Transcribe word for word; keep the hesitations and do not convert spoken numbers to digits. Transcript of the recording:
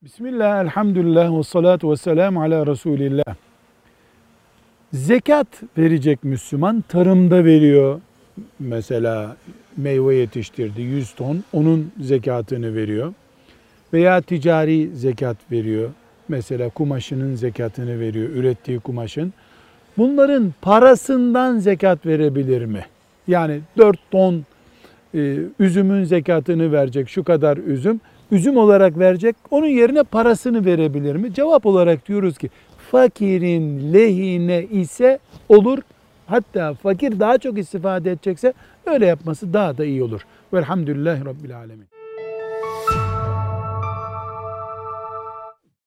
Bismillah, elhamdülillah, ve salatu ve selamu ala Resulillah. Zekat verecek Müslüman, tarımda veriyor. Mesela meyve yetiştirdi, yüz ton, onun zekatını veriyor. Veya ticari zekat veriyor. Mesela kumaşının zekatını veriyor, ürettiği kumaşın. Bunların parasından zekat verebilir mi? Yani dört ton e, üzümün zekatını verecek, şu kadar üzüm. Üzüm olarak verecek, onun yerine parasını verebilir mi? Cevap olarak diyoruz ki fakirin lehine ise olur. Hatta fakir daha çok istifade edecekse öyle yapması daha da iyi olur. Velhamdülillahi Rabbil Alemin.